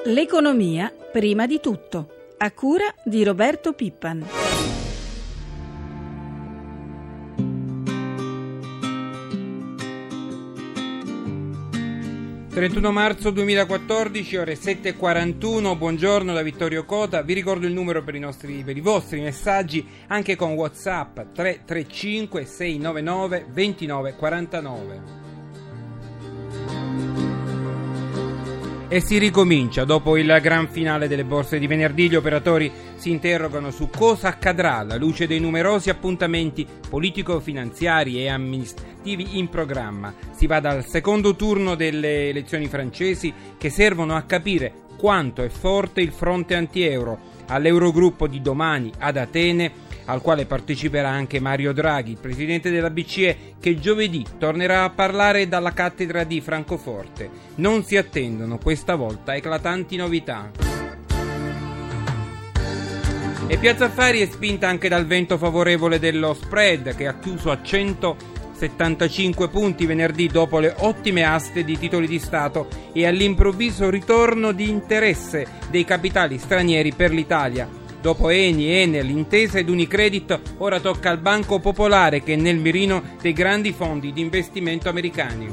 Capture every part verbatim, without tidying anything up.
L'economia prima di tutto, a cura di Roberto Pippan. trentuno marzo duemilaquattordici, ore sette e quarantuno. Buongiorno da Vittorio Cota. Vi ricordo il numero per i nostri per i vostri messaggi anche con WhatsApp tre tre cinque sei nove nove due nove quattro nove. E si ricomincia. Dopo il gran finale delle borse di venerdì, gli operatori si interrogano su cosa accadrà alla luce dei numerosi appuntamenti politico-finanziari e amministrativi in programma. Si va dal secondo turno delle elezioni francesi, che servono a capire quanto è forte il fronte anti-euro, all'Eurogruppo di domani ad Atene, al quale parteciperà anche Mario Draghi, il presidente della B C E, che giovedì tornerà a parlare dalla cattedra di Francoforte. Non si attendono questa volta eclatanti novità. E Piazza Affari è spinta anche dal vento favorevole dello spread, che ha chiuso a centosettantacinque punti venerdì dopo le ottime aste di titoli di Stato e all'improvviso ritorno di interesse dei capitali stranieri per l'Italia. Dopo Eni, Enel, Intesa ed Unicredit, ora tocca al Banco Popolare, che è nel mirino dei grandi fondi di investimento americani.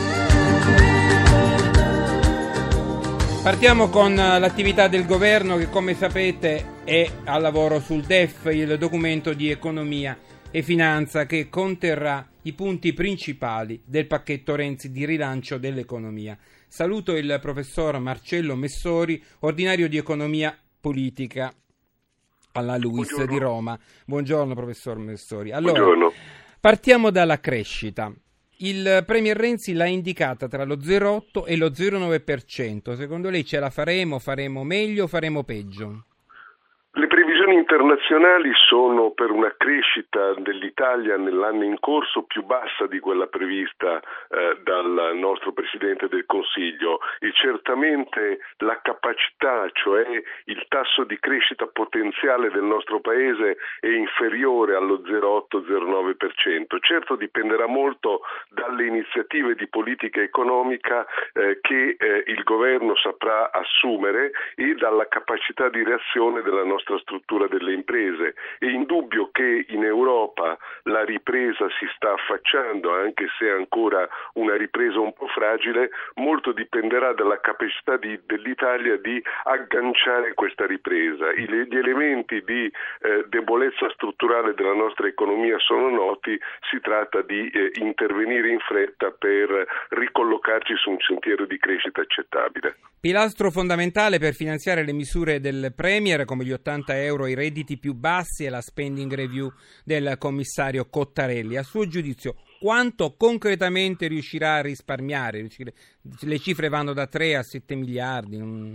Partiamo con l'attività del governo, che come sapete è al lavoro sul D E F, il documento di economia e finanza che conterrà i punti principali del pacchetto Renzi di rilancio dell'economia. Saluto il professor Marcello Messori, ordinario di economia politica alla LUISS Buongiorno. Di Roma. Buongiorno professor Messori. Allora, Buongiorno. Partiamo dalla crescita. Il Premier Renzi l'ha indicata tra lo zero virgola otto e lo zero virgola nove per cento. Secondo lei ce la faremo? Faremo meglio o faremo peggio? Le previsioni internazionali sono per una crescita dell'Italia nell'anno in corso più bassa di quella prevista eh, dal nostro Presidente del Consiglio, e certamente la capacità, cioè il tasso di crescita potenziale del nostro Paese, è inferiore allo zero virgola otto zero virgola nove per cento. Certo dipenderà molto dalle iniziative di politica economica eh, che eh, il governo saprà assumere e dalla capacità di reazione della nostra struttura delle imprese. È indubbio che in Europa la ripresa si sta affacciando, anche se è ancora una ripresa un po' fragile. Molto dipenderà dalla capacità di, dell'Italia di agganciare questa ripresa. I, gli elementi di eh, debolezza strutturale della nostra economia sono noti, si tratta di eh, intervenire in fretta per ricollocarci su un sentiero di crescita accettabile. Pilastro fondamentale per finanziare le misure del Premier, come gli ottanta euro ai redditi più bassi e la spending review del commissario Cottarelli. A suo giudizio, quanto concretamente riuscirà a risparmiare? Le cifre vanno da tre a sette miliardi. Non...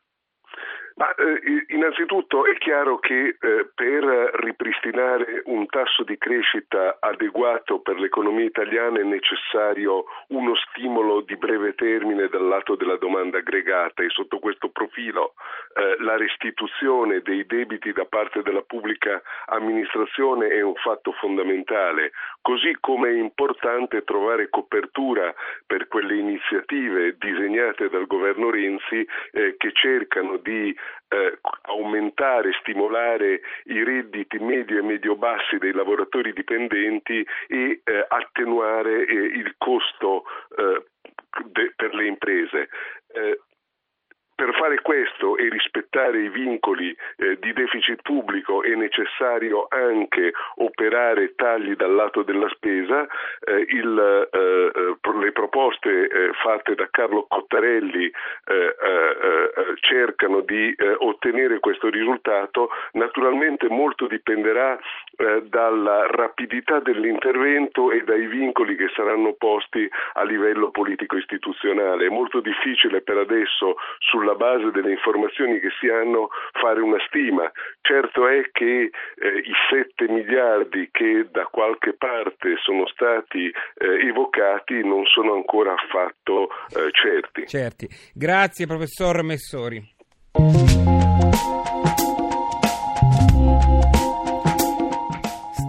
Ma eh, innanzitutto è chiaro che eh, per ripristinare un tasso di crescita adeguato per l'economia italiana è necessario uno stimolo di breve termine dal lato della domanda aggregata, e sotto questo profilo eh, la restituzione dei debiti da parte della pubblica amministrazione è un fatto fondamentale, così come è importante trovare copertura per quelle iniziative disegnate dal governo Renzi eh, che cercano di Eh, aumentare, stimolare i redditi medio e medio-bassi dei lavoratori dipendenti e eh, attenuare eh, il costo eh, de- per le imprese. Eh, Per fare questo e rispettare i vincoli eh, di deficit pubblico è necessario anche operare tagli dal lato della spesa. Eh, il, eh, le proposte eh, fatte da Carlo Cottarelli eh, eh, cercano di eh, ottenere questo risultato. Naturalmente molto dipenderà eh, dalla rapidità dell'intervento e dai vincoli che saranno posti a livello politico-istituzionale. È molto difficile per adesso, sul sulla base delle informazioni che si hanno, fare una stima. Certo è che eh, i sette miliardi che da qualche parte sono stati eh, evocati non sono ancora affatto eh, certi. Certi. Grazie professor Messori.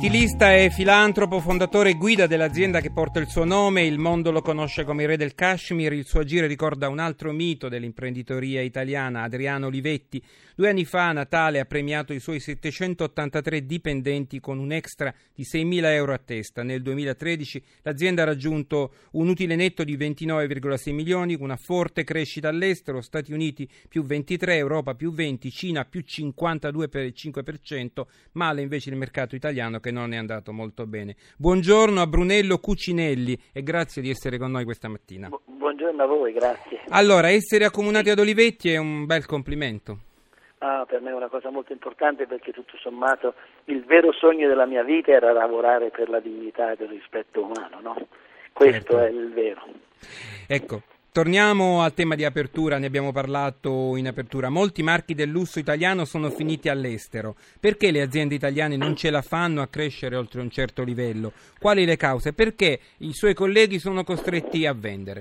Stilista e filantropo, fondatore e guida dell'azienda che porta il suo nome, il mondo lo conosce come il re del Kashmir. Il suo agire ricorda un altro mito dell'imprenditoria italiana, Adriano Olivetti. Due anni fa a Natale ha premiato i suoi settecentottantatré dipendenti con un extra di seimila euro a testa. Nel duemilatredici l'azienda ha raggiunto un utile netto di ventinove virgola sei milioni, una forte crescita all'estero, Stati Uniti più ventitré, Europa più venti, Cina più cinquantadue virgola cinque per cento, male invece il mercato italiano che non è andato molto bene. Buongiorno a Brunello Cucinelli e grazie di essere con noi questa mattina. Bu- buongiorno a voi, grazie. Allora, essere accomunati ad Olivetti è un bel complimento. Ah, per me è una cosa molto importante perché tutto sommato il vero sogno della mia vita era lavorare per la dignità e per il rispetto umano, no? Questo certo. È il vero. Ecco. Torniamo al tema di apertura, ne abbiamo parlato in apertura. Molti marchi del lusso italiano sono finiti all'estero. Perché le aziende italiane non ce la fanno a crescere oltre un certo livello? Quali le cause? Perché i suoi colleghi sono costretti a vendere?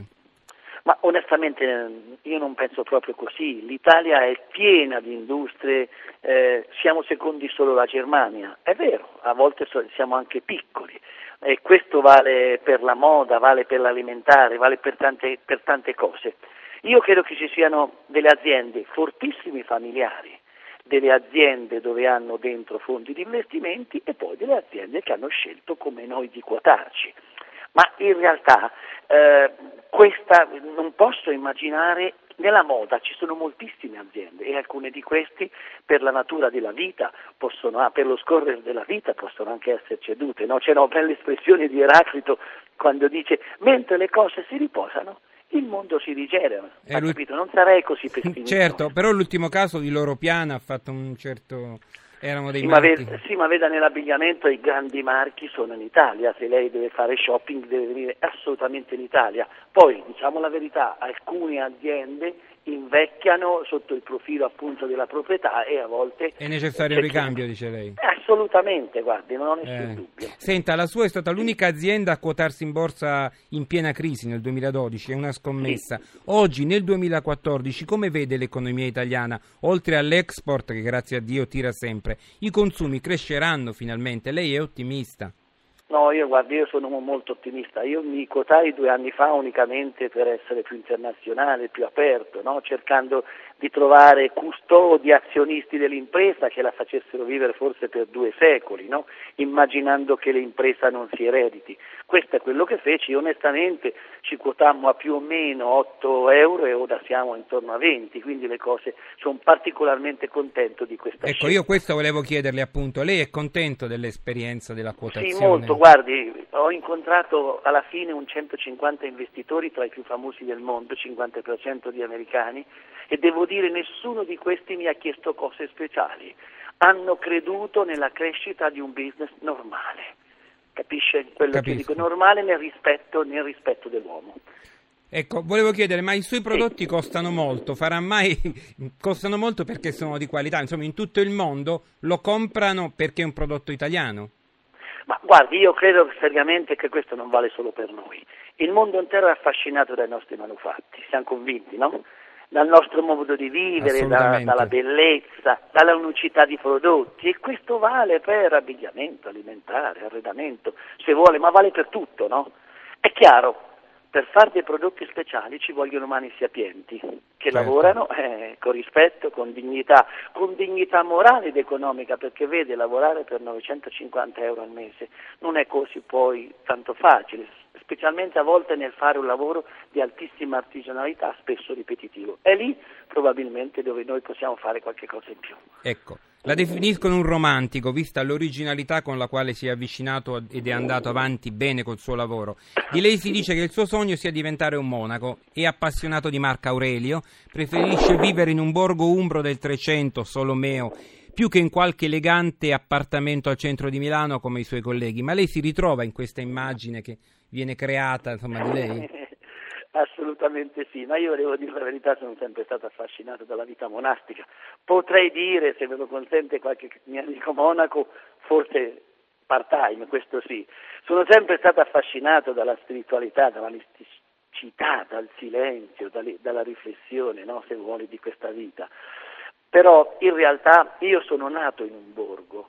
Ma onestamente io non penso proprio così. L'Italia è piena di industrie, eh, siamo secondi solo alla Germania. È vero, a volte siamo anche piccoli. E questo vale per la moda, vale per l'alimentare, vale per tante, per tante cose. Io credo che ci siano delle aziende fortissime familiari, delle aziende dove hanno dentro fondi di investimenti e poi delle aziende che hanno scelto come noi di quotarci. Ma in realtà eh, questa non posso immaginare. Nella moda ci sono moltissime aziende e alcune di queste per la natura della vita possono, ah, per lo scorrere della vita possono anche essere cedute, no? C'è una bella espressione di Eraclito quando dice mentre le cose si riposano il mondo si rigenera, ha capito? Non sarei così pessimista. Certo, però l'ultimo caso di Loro Piana ha fatto un certo... erano dei sì, marchi. Ma ved- sì, ma veda, nell'abbigliamento i grandi marchi sono in Italia, se lei deve fare shopping deve venire assolutamente in Italia. Poi, diciamo la verità, alcune aziende invecchiano sotto il profilo appunto della proprietà e a volte... È necessario un ricambio, che... dice lei? Assolutamente, guardi, non ho nessun eh. dubbio. Senta, la sua è stata l'unica azienda a quotarsi in borsa in piena crisi nel duemiladodici, è una scommessa. Sì. Oggi, nel duemilaquattordici, come vede l'economia italiana? Oltre all'export, che grazie a Dio tira sempre, i consumi cresceranno finalmente? Lei è ottimista? No, io guardi, io sono molto ottimista. Io mi quotai due anni fa unicamente per essere più internazionale, più aperto, no? Cercando di trovare custodi, azionisti dell'impresa che la facessero vivere forse per due secoli, no? Immaginando che l'impresa non si erediti. Questo è quello che feci. Onestamente ci quotammo a più o meno otto euro e ora siamo intorno a venti, quindi le cose, sono particolarmente contento di questa ecco, scelta. Io questo volevo chiederle appunto, lei è contento dell'esperienza della quotazione? Sì, molto, guardi, ho incontrato alla fine un centocinquanta investitori tra i più famosi del mondo, cinquanta per cento di americani, e devo dire nessuno di questi mi ha chiesto cose speciali, hanno creduto nella crescita di un business normale, capisce quello Capisco. che dico, normale nel rispetto, nel rispetto dell'uomo. Ecco, volevo chiedere, ma i suoi prodotti sì. costano molto? Farà mai costano molto perché sono di qualità? Insomma, in tutto il mondo lo comprano perché è un prodotto italiano? Ma guardi, io credo seriamente che questo non vale solo per noi. Il mondo intero è affascinato dai nostri manufatti, siamo convinti, no? Dal nostro modo di vivere, da, dalla bellezza, dalla unicità di prodotti, e questo vale per abbigliamento, alimentare, arredamento, se vuole, ma vale per tutto, no? È chiaro, per fare dei prodotti speciali ci vogliono mani sapienti, che certo. lavorano eh, con rispetto, con dignità, con dignità morale ed economica, perché vede, lavorare per novecentocinquanta euro al mese non è così poi tanto facile, specialmente a volte nel fare un lavoro di altissima artigianalità, spesso ripetitivo. È lì probabilmente dove noi possiamo fare qualche cosa in più. Ecco, la definiscono un romantico, vista l'originalità con la quale si è avvicinato ed è andato avanti bene col suo lavoro. Di lei si dice che il suo sogno sia diventare un monaco, è appassionato di Marco Aurelio, preferisce vivere in un borgo umbro del Trecento, Solomeo, più che in qualche elegante appartamento al centro di Milano come i suoi colleghi. Ma lei si ritrova in questa immagine che viene creata, insomma, di lei? Assolutamente sì, ma io devo dire la verità, sono sempre stato affascinato dalla vita monastica. Potrei dire, se me lo consente qualche mio amico monaco, forse part-time, questo sì. Sono sempre stato affascinato dalla spiritualità, dalla misticità, dal silenzio, dalla riflessione, no, se vuole, di questa vita. Però in realtà io sono nato in un borgo,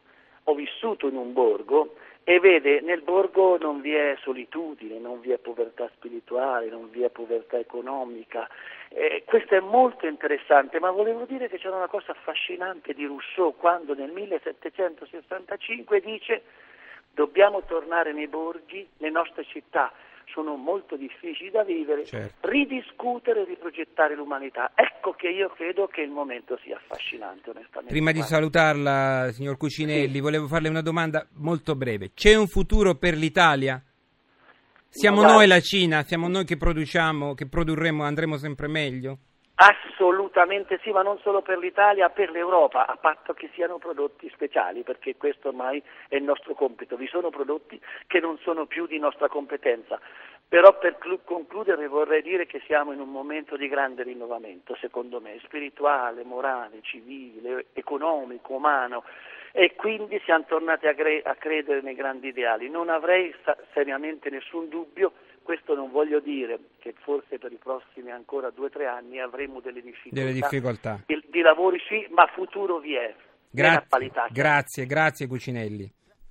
ho vissuto in un borgo e vede, nel borgo non vi è solitudine, non vi è povertà spirituale, non vi è povertà economica. Eh, questo è molto interessante, ma volevo dire che c'era una cosa affascinante di Rousseau quando nel millesettecentosessantacinque dice: dobbiamo tornare nei borghi, le nostre città sono molto difficili da vivere, certo. ridiscutere e riprogettare l'umanità. Ecco che io credo che il momento sia affascinante, onestamente. Prima di salutarla, signor Cucinelli, sì. volevo farle una domanda molto breve. C'è un futuro per l'Italia? Siamo no, noi la Cina? Siamo noi che produciamo, che produrremo, andremo sempre meglio? Assolutamente sì, ma non solo per l'Italia, per l'Europa, a patto che siano prodotti speciali, perché questo ormai è il nostro compito. Vi sono prodotti che non sono più di nostra competenza, però per cl- concludere vorrei dire che siamo in un momento di grande rinnovamento, secondo me, spirituale, morale, civile, economico, umano, e quindi siamo tornati a, gre- a credere nei grandi ideali. Non avrei sa- seriamente nessun dubbio. Questo non voglio dire che forse per i prossimi ancora due o tre anni avremo delle difficoltà, delle difficoltà. Di, di lavori sì, ma futuro vi è. Grazie, qualità, grazie, grazie Cucinelli.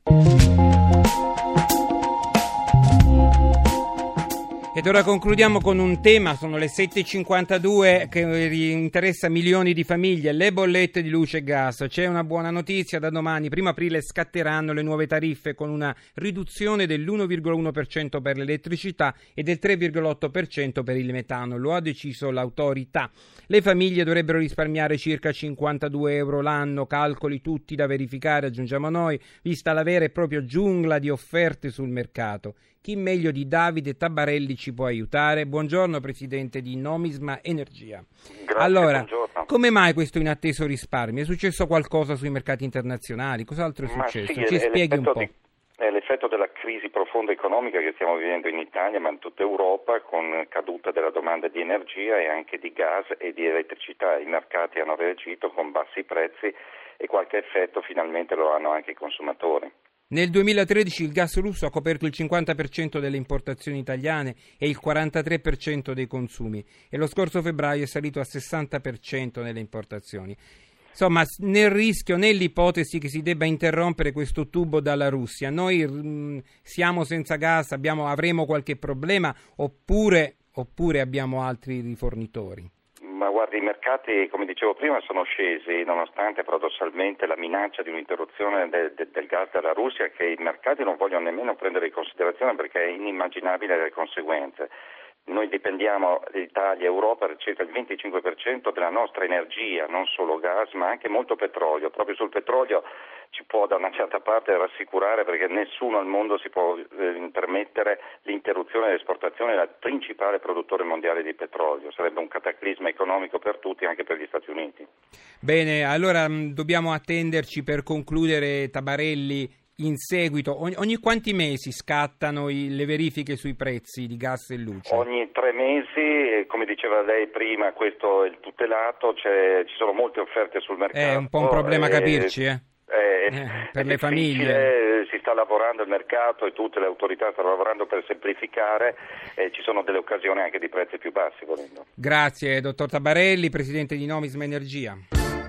Ed ora concludiamo con un tema, sono le sette e cinquantadue, che interessa milioni di famiglie, le bollette di luce e gas. C'è una buona notizia: da domani, primo aprile, scatteranno le nuove tariffe con una riduzione dell'uno virgola uno per cento per l'elettricità e del tre virgola otto per cento per il metano. Lo ha deciso l'autorità. Le famiglie dovrebbero risparmiare circa cinquantadue euro l'anno, calcoli tutti da verificare, aggiungiamo noi, vista la vera e propria giungla di offerte sul mercato. Chi meglio di Davide Tabarelli ci può aiutare? Buongiorno Presidente di Nomisma Energia. Grazie, allora, buongiorno. Come mai questo inatteso risparmio? È successo qualcosa sui mercati internazionali? Cos'altro è successo? Sì, ci è spieghi un po'. Di, è l'effetto della crisi profonda economica che stiamo vivendo in Italia, ma in tutta Europa, con caduta della domanda di energia e anche di gas e di elettricità. I mercati hanno reagito con bassi prezzi e qualche effetto finalmente lo hanno anche i consumatori. Nel duemilatredici il gas russo ha coperto il cinquanta per cento delle importazioni italiane e il quarantatré per cento dei consumi, e lo scorso febbraio è salito al sessanta per cento nelle importazioni. Insomma, nel rischio, nell'ipotesi che si debba interrompere questo tubo dalla Russia, noi mh, siamo senza gas, abbiamo, avremo qualche problema oppure, oppure abbiamo altri rifornitori? Ma guardi, i mercati, come dicevo prima, sono scesi nonostante paradossalmente la minaccia di un'interruzione de, de, del gas dalla Russia, che i mercati non vogliono nemmeno prendere in considerazione perché è inimmaginabile le conseguenze. Noi dipendiamo, l'Italia e Europa, per circa il venticinque per cento della nostra energia, non solo gas ma anche molto petrolio. Proprio sul petrolio ci può da una certa parte rassicurare, perché nessuno al mondo si può eh, permettere l'interruzione dell'esportazione del principale produttore mondiale di petrolio. Sarebbe un cataclisma economico per tutti, anche per gli Stati Uniti. Bene, allora mh, dobbiamo attenderci, per concludere, Tabarelli, in seguito, ogni, ogni quanti mesi scattano i, le verifiche sui prezzi di gas e luce? Ogni tre mesi, come diceva lei prima, questo è il tutelato, c'è, ci sono molte offerte sul mercato. È un po' un problema e, capirci, eh? È, eh, per è le famiglie. Si sta lavorando il mercato e tutte le autorità stanno lavorando per semplificare, e ci sono delle occasioni anche di prezzi più bassi, volendo. Grazie, dottor Tabarelli, Presidente di Nomisma Energia.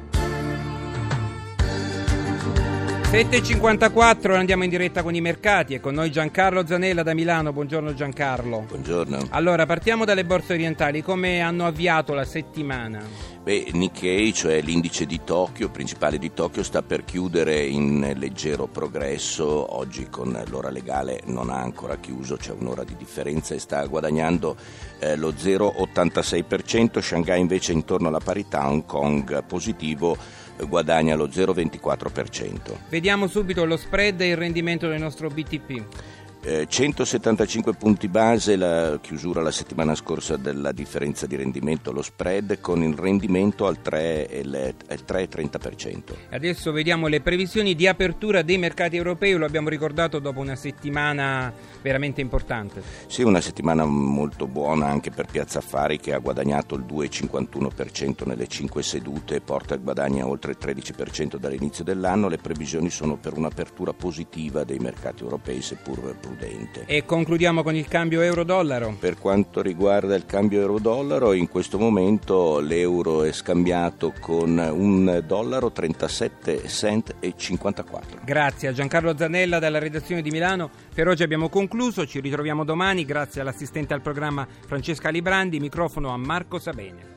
sette e cinquantaquattro, andiamo in diretta con i mercati e con noi Giancarlo Zanella da Milano. Buongiorno Giancarlo. Buongiorno. Allora, partiamo dalle borse orientali. Come hanno avviato la settimana? Beh, Nikkei, cioè l'indice di Tokyo, principale di Tokyo, sta per chiudere in leggero progresso. Oggi con l'ora legale non ha ancora chiuso, c'è un'ora di differenza, e sta guadagnando eh, lo zero virgola ottantasei per cento. Shanghai invece intorno alla parità, Hong Kong positivo, guadagna lo zero virgola ventiquattro per cento. Vediamo subito lo spread e il rendimento del nostro B T P. Eh, centosettantacinque punti base, la chiusura la settimana scorsa della differenza di rendimento, lo spread, con il rendimento al tre virgola trenta per cento. Adesso vediamo le previsioni di apertura dei mercati europei, lo abbiamo ricordato dopo una settimana veramente importante. Sì, una settimana molto buona anche per Piazza Affari, che ha guadagnato il due virgola cinquantuno per cento nelle cinque sedute, porta il guadagno a oltre il tredici per cento dall'inizio dell'anno. Le previsioni sono per un'apertura positiva dei mercati europei, seppur prudente. E concludiamo con il cambio euro-dollaro. Per quanto riguarda il cambio euro-dollaro, in questo momento l'euro è scambiato con un dollaro trentasette cent e cinquantaquattro. Grazie a Giancarlo Zanella dalla redazione di Milano. Per oggi abbiamo concluso, ci ritroviamo domani. Grazie all'assistente al programma Francesca Librandi, microfono a Marco Sabene.